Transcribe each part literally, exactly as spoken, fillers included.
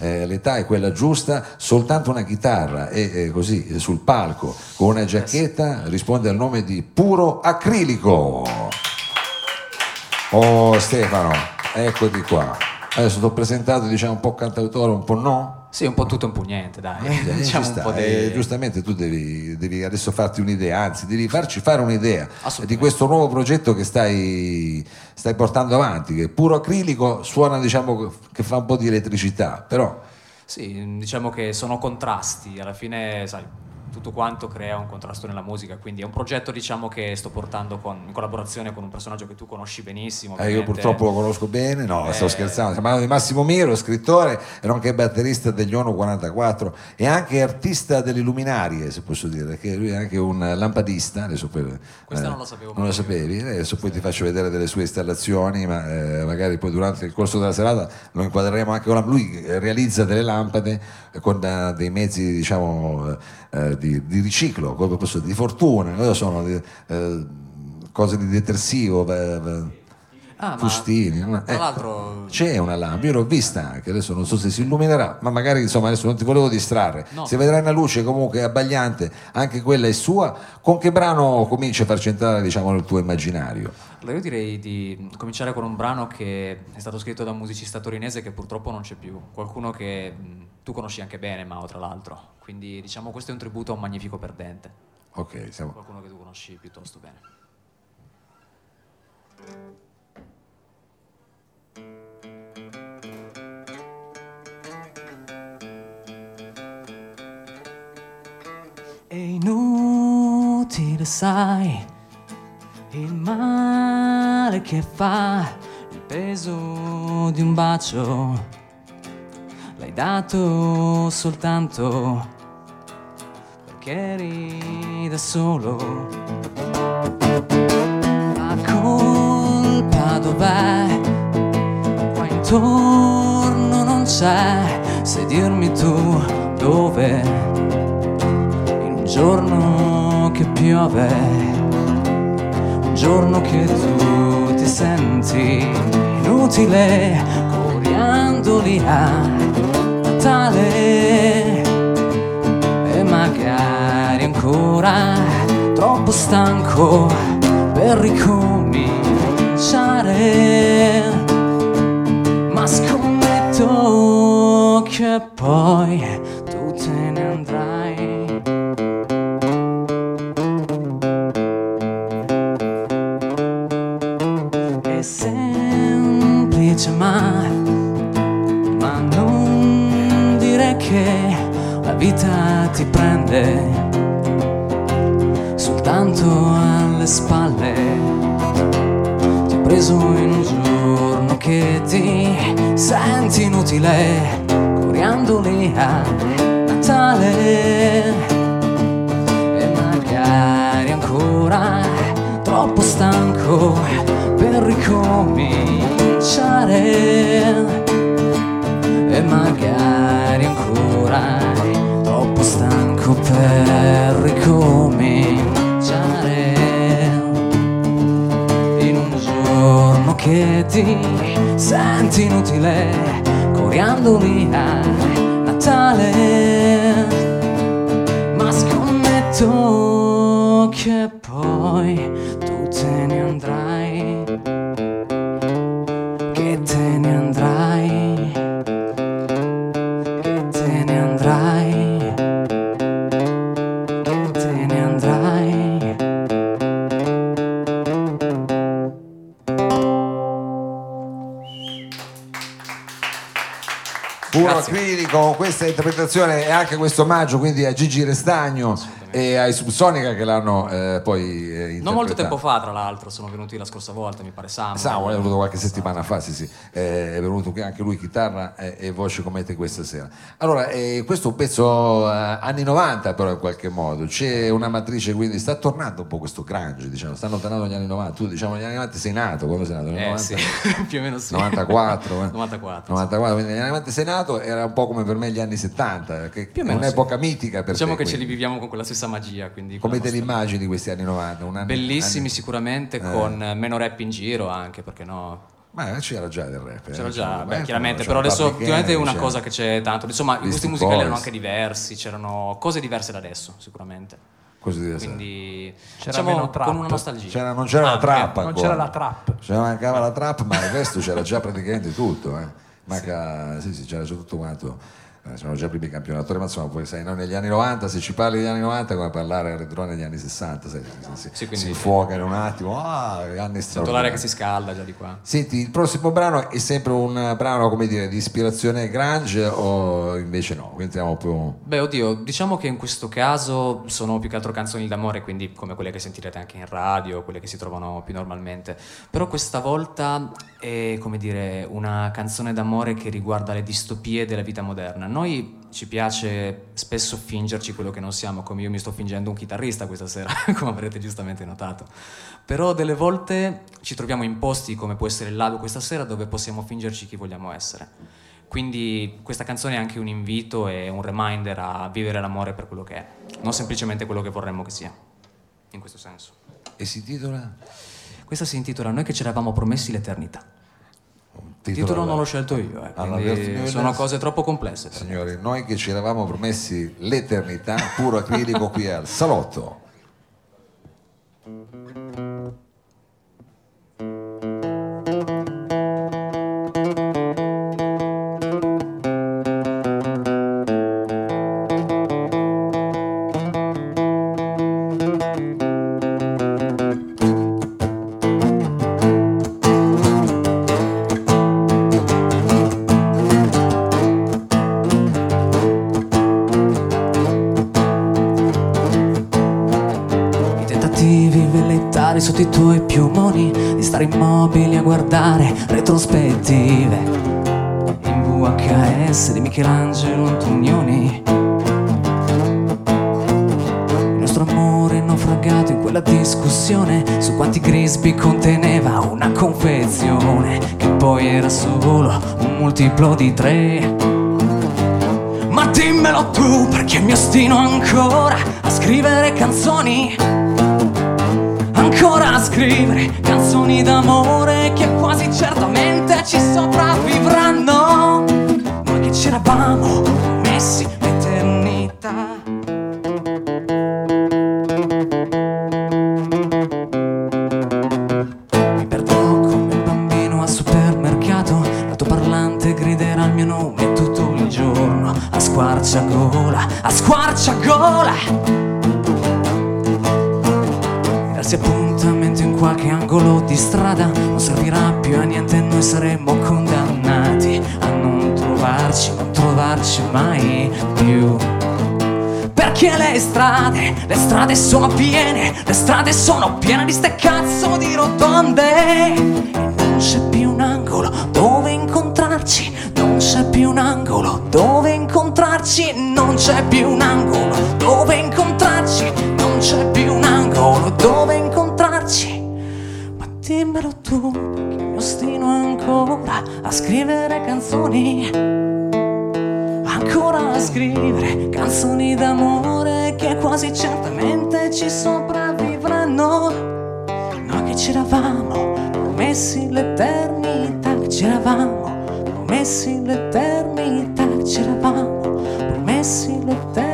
eh, l'età è quella giusta, soltanto una chitarra e eh, così sul palco con una giacchetta risponde al nome di Puro Acrilico. Oh Stefano, eccoti qua. Adesso ti ho presentato, diciamo, un po' cantautore, un po' no? Sì, un po' tutto un po' niente, dai. Eh, diciamo sta, un po' di... eh, giustamente tu devi, devi adesso farti un'idea, anzi devi farci fare un'idea di questo nuovo progetto che stai, stai portando avanti, che Puro Acrilico suona, diciamo, che fa un po' di elettricità, però... Sì, diciamo che sono contrasti, alla fine, sai, tutto quanto crea un contrasto nella musica, quindi è un progetto, diciamo, che sto portando con, in collaborazione con un personaggio che tu conosci benissimo. Eh, io purtroppo lo conosco bene, no, eh... sto scherzando, stiamo parlando di Massimo Miro, scrittore e nonché batterista degli ONU quarantaquattro e anche artista delle luminarie, se posso dire, che lui è anche un lampadista. Adesso poi, Questa eh, non lo sapevo. Non lo sapevi? Adesso poi ti faccio vedere delle sue installazioni, ma eh, magari poi durante il corso della serata lo inquadreremo anche con la... Lui realizza delle lampade con uh, dei mezzi, diciamo, uh, di, di riciclo, come posso dire, di fortuna, cosa sono? Di, uh, cose di detersivo, uh, ah, fustini. Ma, no? tra eh, l'altro c'è una lampada, io l'ho vista anche, adesso non so se si illuminerà, ma magari, insomma, adesso non ti volevo distrarre. No. Se vedrai una luce comunque abbagliante, anche quella è sua. Con che brano cominci a farci entrare, diciamo, nel tuo immaginario? Allora io direi di cominciare con un brano che è stato scritto da un musicista torinese che purtroppo non c'è più, qualcuno che mh, tu conosci anche bene, Mao, tra l'altro, quindi diciamo questo è un tributo a un magnifico perdente. Ok, siamo... Qualcuno che tu conosci piuttosto bene. È inutile, sai, il male che fa, il peso di un bacio, l'hai dato soltanto perché eri da solo. La colpa dov'è? Qua intorno non c'è, sai dirmi tu dove? In un giorno che piove, un giorno che tu ti senti inutile, coriandoli a Natale e magari ancora troppo stanco per ricominciare, ma scommetto che poi tu te ne andrai. Semplice ma, ma non dire che la vita ti prende soltanto alle spalle. Ti ho preso in un giorno che ti senti inutile, coriandoli a Natale e magari ancora troppo stanco per ricominciare e magari ancora troppo stanco per ricominciare in un giorno che ti senti inutile, coriandoli a Natale, ma scommetto che poi tu te ne andrai, che te ne andrai, che te ne andrai, che te ne andrai. Puro Acrilico, con questa interpretazione e anche questo omaggio quindi a Gigi Restagno e ai Subsonica che l'hanno eh, poi eh, interpretato. Non molto tempo fa, tra l'altro, sono venuti la scorsa volta, mi pare Samuel. Samuel è venuto qualche settimana fa, sì sì, eh, è venuto anche lui chitarra e, e voce come te questa sera. Allora, eh, questo è un pezzo eh, anni novanta però in qualche modo, c'è una matrice, quindi sta tornando un po' questo grunge, diciamo, stanno tornando gli anni novanta, tu diciamo negli anni novanta sei nato, quando sei nato? Eh novanta? sì, più o meno sì. novantaquattro, eh? novantaquattro. novantaquattro, quindi negli anni novanta sei nato, era un po' come per me gli anni settanta, che Più o è meno un'epoca sì. mitica per diciamo te. Diciamo che quindi. ce li viviamo con quella stessa magia, quindi Come te li nostra... immagini questi anni novanta? Un anni, Bellissimi anni... sicuramente, eh. con meno rap in giro anche, perché no? Ma c'era già del rap. C'era eh, già, beh, beh, chiaramente, c'era però adesso Public ultimamente è Enemy, una c'era- cosa che c'è tanto. Insomma, i gusti Beastie musicali Boys. erano anche diversi, c'erano cose diverse da adesso, sicuramente. Così deve essere. Quindi C'era diciamo meno trap. con una nostalgia. C'era- non c'era Ah, la trap ok. Non ancora. c'era la trap. C'era mancava la trap, ma il resto c'era già praticamente tutto. Eh. Manca, sì, sì, c'era già tutto quanto. Eh, c'erano già i primi campionatori, ma insomma, poi sai, noi negli anni novanta, se ci parli degli anni novanta, è come parlare al retro negli anni sessanta, sai, si, si, Sì, quindi- si infuoca in un attimo, ah, anni Sento l'aria straordinari. che si scalda già di qua. Senti, il prossimo brano è sempre un brano, come dire, di ispirazione grunge o invece no? Quindi entriamo più... Beh, oddio, diciamo che in questo caso sono più che altro canzoni d'amore, quindi come quelle che sentirete anche in radio, quelle che si trovano più normalmente. Però questa volta è, come dire, una canzone d'amore che riguarda le distopie della vita moderna. Noi ci piace spesso fingerci quello che non siamo, come io mi sto fingendo un chitarrista questa sera, come avrete giustamente notato. Però delle volte ci troviamo in posti come può essere il lago questa sera, dove possiamo fingerci chi vogliamo essere. Quindi questa canzone è anche un invito e un reminder a vivere l'amore per quello che è, non semplicemente quello che vorremmo che sia, in questo senso. E si titola? Questa si intitola Noi che ci eravamo promessi l'eternità. Il Titolo titolo non alla- l'ho scelto io, eh, alla quindi Dirty sono Newlands. cose troppo complesse. per me. Signori, noi che ci eravamo promessi l'eternità, puro acrilico qui al salotto. I tentativi velleitari sotto i tuoi piumoni, di stare immobili a guardare retrospettive in V H S di Michelangelo Antonioni. Il nostro amore naufragato in quella discussione su quanti Grisby conteneva una confezione, che poi era solo un multiplo di tre. Ma dimmelo tu, perché mi ostino ancora a scrivere canzoni, ancora a scrivere canzoni d'amore che quasi certamente ci sopravvivranno. Noi che ci eravamo messi l'eternità. Mi perderò come un bambino al supermercato, l'altoparlante griderà il mio nome tutto il giorno, a squarciagola, a squarciagola. Darsi appuntamento in qualche angolo di strada non servirà più a niente, noi saremo condannati a non trovarci, non trovarci mai più. Perché le strade, le strade sono piene, le strade sono piene di ste cazzo di rotonde. E non c'è più un angolo dove incontrarci, non c'è più un angolo dove incontrarci, non c'è più un angolo dove incontrarci, non c'è più un angolo dove incontrarci. Ma dimmelo tu, che mi ostino ancora a scrivere canzoni, ancora a scrivere canzoni d'amore che quasi certamente ci sopravvivranno. Noi che ci eravamo promessi l'eternità, che ci eravamo promessi l'eternità, che ci eravamo promessi l'eternità.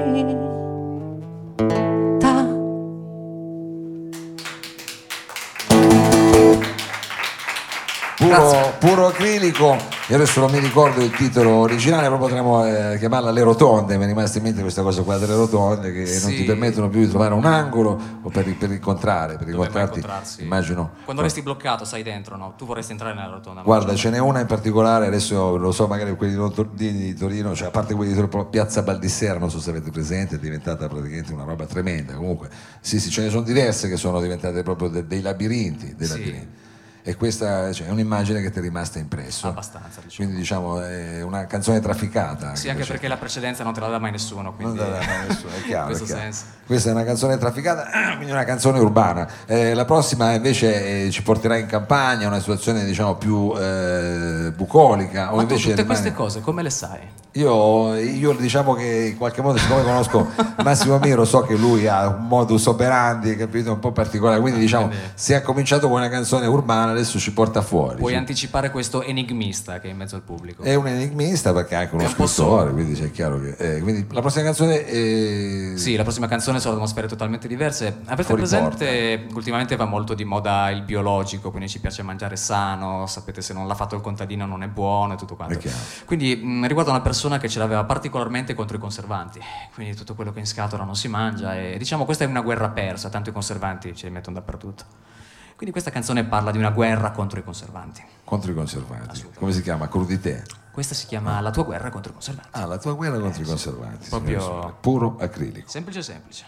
Puro, puro acrilico. Io adesso non mi ricordo il titolo originale, però potremmo eh, chiamarla Le Rotonde. Mi è rimasta in mente questa cosa qua delle rotonde che non Sì. ti permettono più di trovare un angolo o per, per incontrare, per Dove vai a incontrarti. incontrarsi? Immagino. Quando resti bloccato, sai dentro, no? Tu vorresti entrare nella rotonda. ma Guarda, non- ce n'è una in particolare, adesso lo so, magari quelli di Tor- di di Torino, cioè a parte quelli di Torino, Piazza Baldissera, non so se avete presente, è diventata praticamente una roba tremenda. Comunque, sì, sì, ce ne sono diverse che sono diventate proprio de- dei labirinti, dei Sì. labirinti. E questa cioè, è un'immagine che ti è rimasta impresso. Abbastanza, diciamo. Quindi diciamo è una canzone trafficata. Sì, anche perché la precedenza non te la dà mai nessuno. non Quindi... da da nessuno, è chiaro, in questo è chiaro. senso. Questa è una canzone trafficata, quindi una canzone urbana. Eh, la prossima invece eh, ci porterà in campagna, una situazione diciamo più eh, bucolica. O Ma tu invece tutte rimane- queste cose come le sai? Io, io diciamo che in qualche modo, siccome conosco Massimo Miro, so che lui ha un modus operandi, capito, un po' particolare, quindi diciamo quindi- se ha cominciato con una canzone urbana adesso ci porta fuori. Puoi cioè. anticipare questo enigmista che è in mezzo al pubblico. È un enigmista perché è anche uno È un po' scrittore, solo. quindi c'è chiaro che... Eh, quindi la prossima canzone è... Sì, la prossima canzone sono atmosfere totalmente diverse. Avete Fuori presente, porta. Ultimamente va molto di moda il biologico, quindi ci piace mangiare sano, sapete se non l'ha fatto il contadino non è buono e tutto quanto. Quindi mh, riguarda una persona che ce l'aveva particolarmente contro i conservanti, quindi tutto quello che in scatola non si mangia e diciamo questa è una guerra persa, tanto i conservanti ce li mettono dappertutto. Quindi questa canzone parla di una guerra contro i conservanti. Contro i conservanti. Come si chiama? Crudité? Questa si chiama La tua guerra contro i conservanti. Ah, la tua guerra contro eh, i conservanti. Sì. Proprio puro acrilico. Semplice semplice.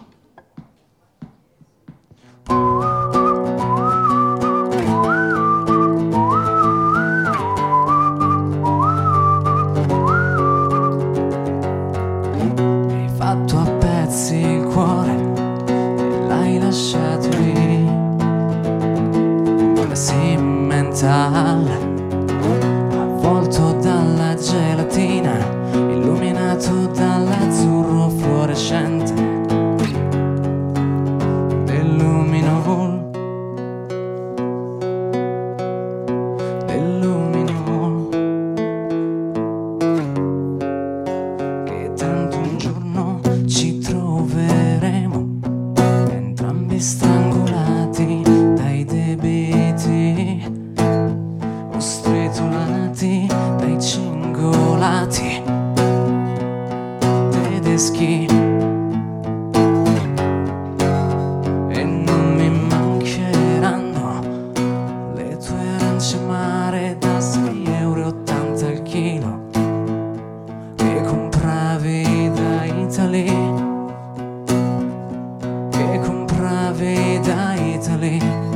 Hai fatto a pezzi il cuore e l'hai lasciato lì, come simmental, avvolto dalla gelatina, illuminato dall'azzurro fluorescente del luminol, del luminol, che tanto un giorno ci troveremo entrambi strangolati dai debiti o stritolati dai cingolati tedeschi, e non mi mancheranno le tue arance amare da sei euro e ottanta al chilo che compravi da Italy, che compravi da Italy.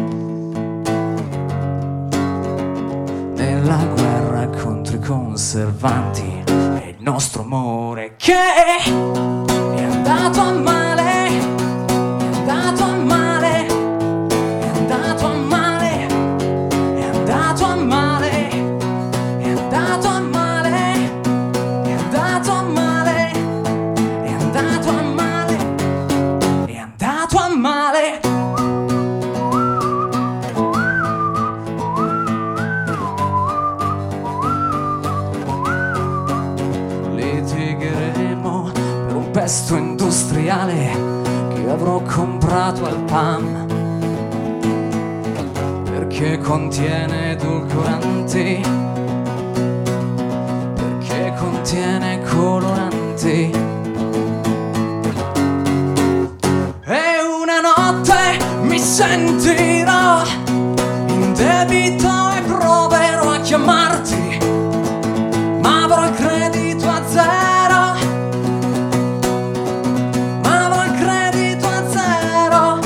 Nella guerra contro i conservanti è il nostro amore che è andato a male, è andato a male, è andato a male, è andato a male, è andato a male, è andato a male, è andato a male, è andato a male. Litigheremo per un pesto industriale che avrò comprato al P A M, perché contiene edulcoranti, perché contiene coloranti. E una notte mi sentirò in debito e proverò a chiamarti, ma avrò il credito a zero, ma avrò il credito a zero.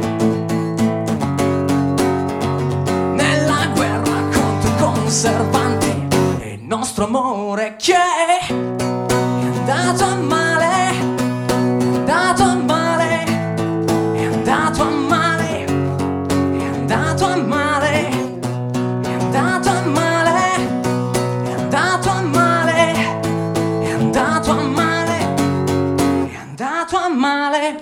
Nella guerra contro i conservanti è il nostro amore che è andato a male, è andato a male, è andato a male, è andato a male, è andato a male, è andato a male, è andato a male, è andato a male.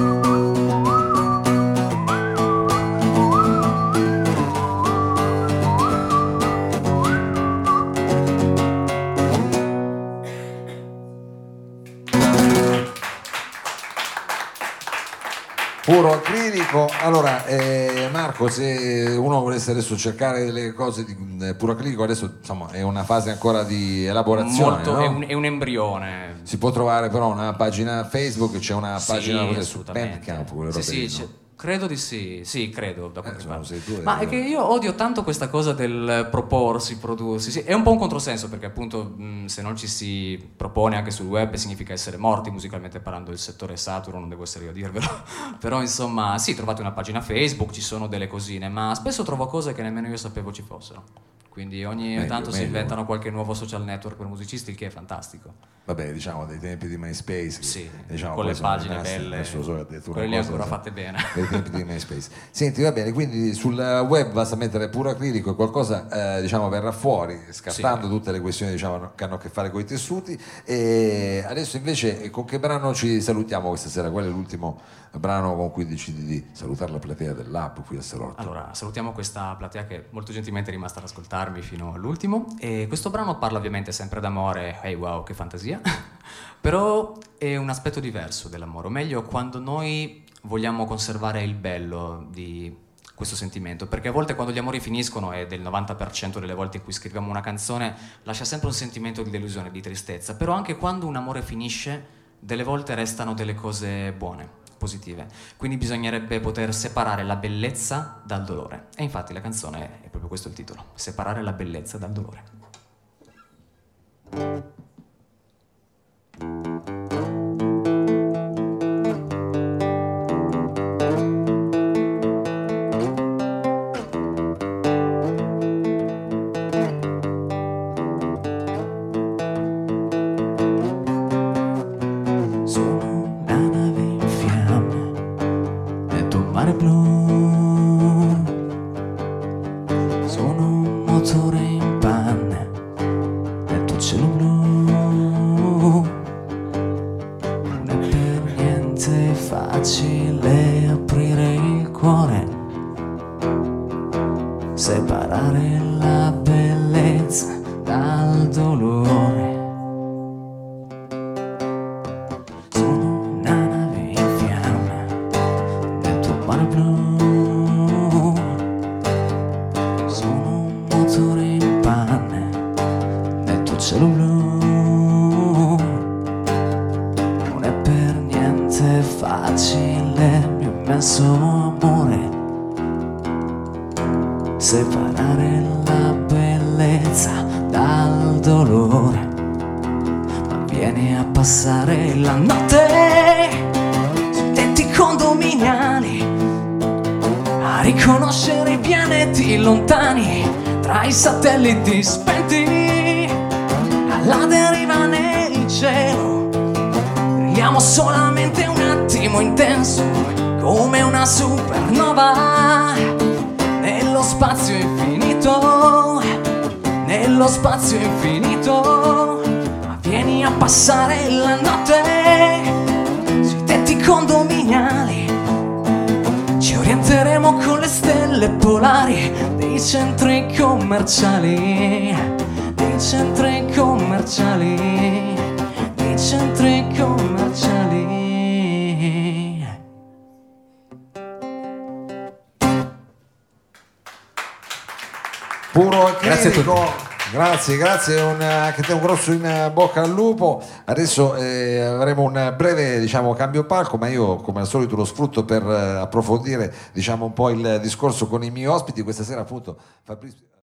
Puro acrilico. Allora, eh, Marco, se uno volesse adesso cercare delle cose di eh, puro acrilico, adesso insomma è una fase ancora di elaborazione. Molto, no? è, un, è un embrione. Si può trovare però una pagina Facebook, c'è una Sì, pagina cos'è, su assolutamente. Bandcamp, quelle Sì, robe sì, lì, c'è- no? credo di sì, sì, credo. Da Eh, qualche insomma, parte. sei tu, Ma eh, è che io odio tanto questa cosa del proporsi, prodursi. Sì, è un po' un controsenso perché appunto mh, se non ci si propone anche sul web significa essere morti musicalmente parlando. Il settore è saturo, non devo essere io a dirvelo. Però insomma, sì, trovate una pagina Facebook, ci sono delle cosine, ma spesso trovo cose che nemmeno io sapevo ci fossero. quindi ogni meglio, tanto si meglio. inventano qualche nuovo social network per musicisti, il che è fantastico. Vabbè, diciamo dei tempi di MySpace, che, Sì, diciamo, con poi le sono pagine rimasti, belle, adesso so che ha detto una quelle lì cosa, ancora so, fatte bene. dei tempi di MySpace. Senti, va bene, quindi sul web basta mettere puro acrilico e qualcosa eh, diciamo verrà fuori, scartando Sì. tutte le questioni diciamo, che hanno a che fare con i tessuti. E adesso invece con che brano ci salutiamo questa sera? Qual è l'ultimo brano con cui decidi di salutare la platea del Lab qui a Salotto? Allora, salutiamo questa platea che molto gentilmente è rimasta ad ascoltarmi fino all'ultimo. E questo brano parla ovviamente sempre d'amore, ehi wow, che fantasia, però è un aspetto diverso dell'amore, o meglio quando noi vogliamo conservare il bello di questo sentimento, perché a volte quando gli amori finiscono, e del novanta per cento delle volte in cui scriviamo una canzone, lascia sempre un sentimento di delusione, di tristezza, però anche quando un amore finisce, delle volte restano delle cose buone, positive, quindi bisognerebbe poter separare la bellezza dal dolore, e infatti la canzone è proprio questo il titolo, separare la bellezza dal dolore. Sono una nave in fiamme nel tuo mare blu, sono un motore in panne nel tuo cielo blu. Non è per niente facile aprire il cuore, separare la bellezza dal dolore. Sono una nave in fiamme nel tuo mare blu, sono un motore in panne nel tuo cielo blu. Non è per niente facile, mio immenso amore, separare la bellezza dal dolore. Vieni a passare la notte sui tetti condominiali, a riconoscere i pianeti lontani tra i satelliti spenti. Alla deriva nel cielo brilliamo solamente un attimo intenso, come una supernova nello spazio infinito, nello spazio infinito. Vieni a passare la notte sui tetti condominiali, ci orienteremo con le stelle polari dei centri commerciali, dei centri commerciali, dei centri commerciali. Puro acrilico. Grazie a tutti. Grazie, grazie, un, anche te un grosso in bocca al lupo. Adesso eh, avremo un breve diciamo, cambio palco, ma io come al solito lo sfrutto per eh, approfondire diciamo, un po' il discorso con i miei ospiti. Questa sera appunto Fabrizio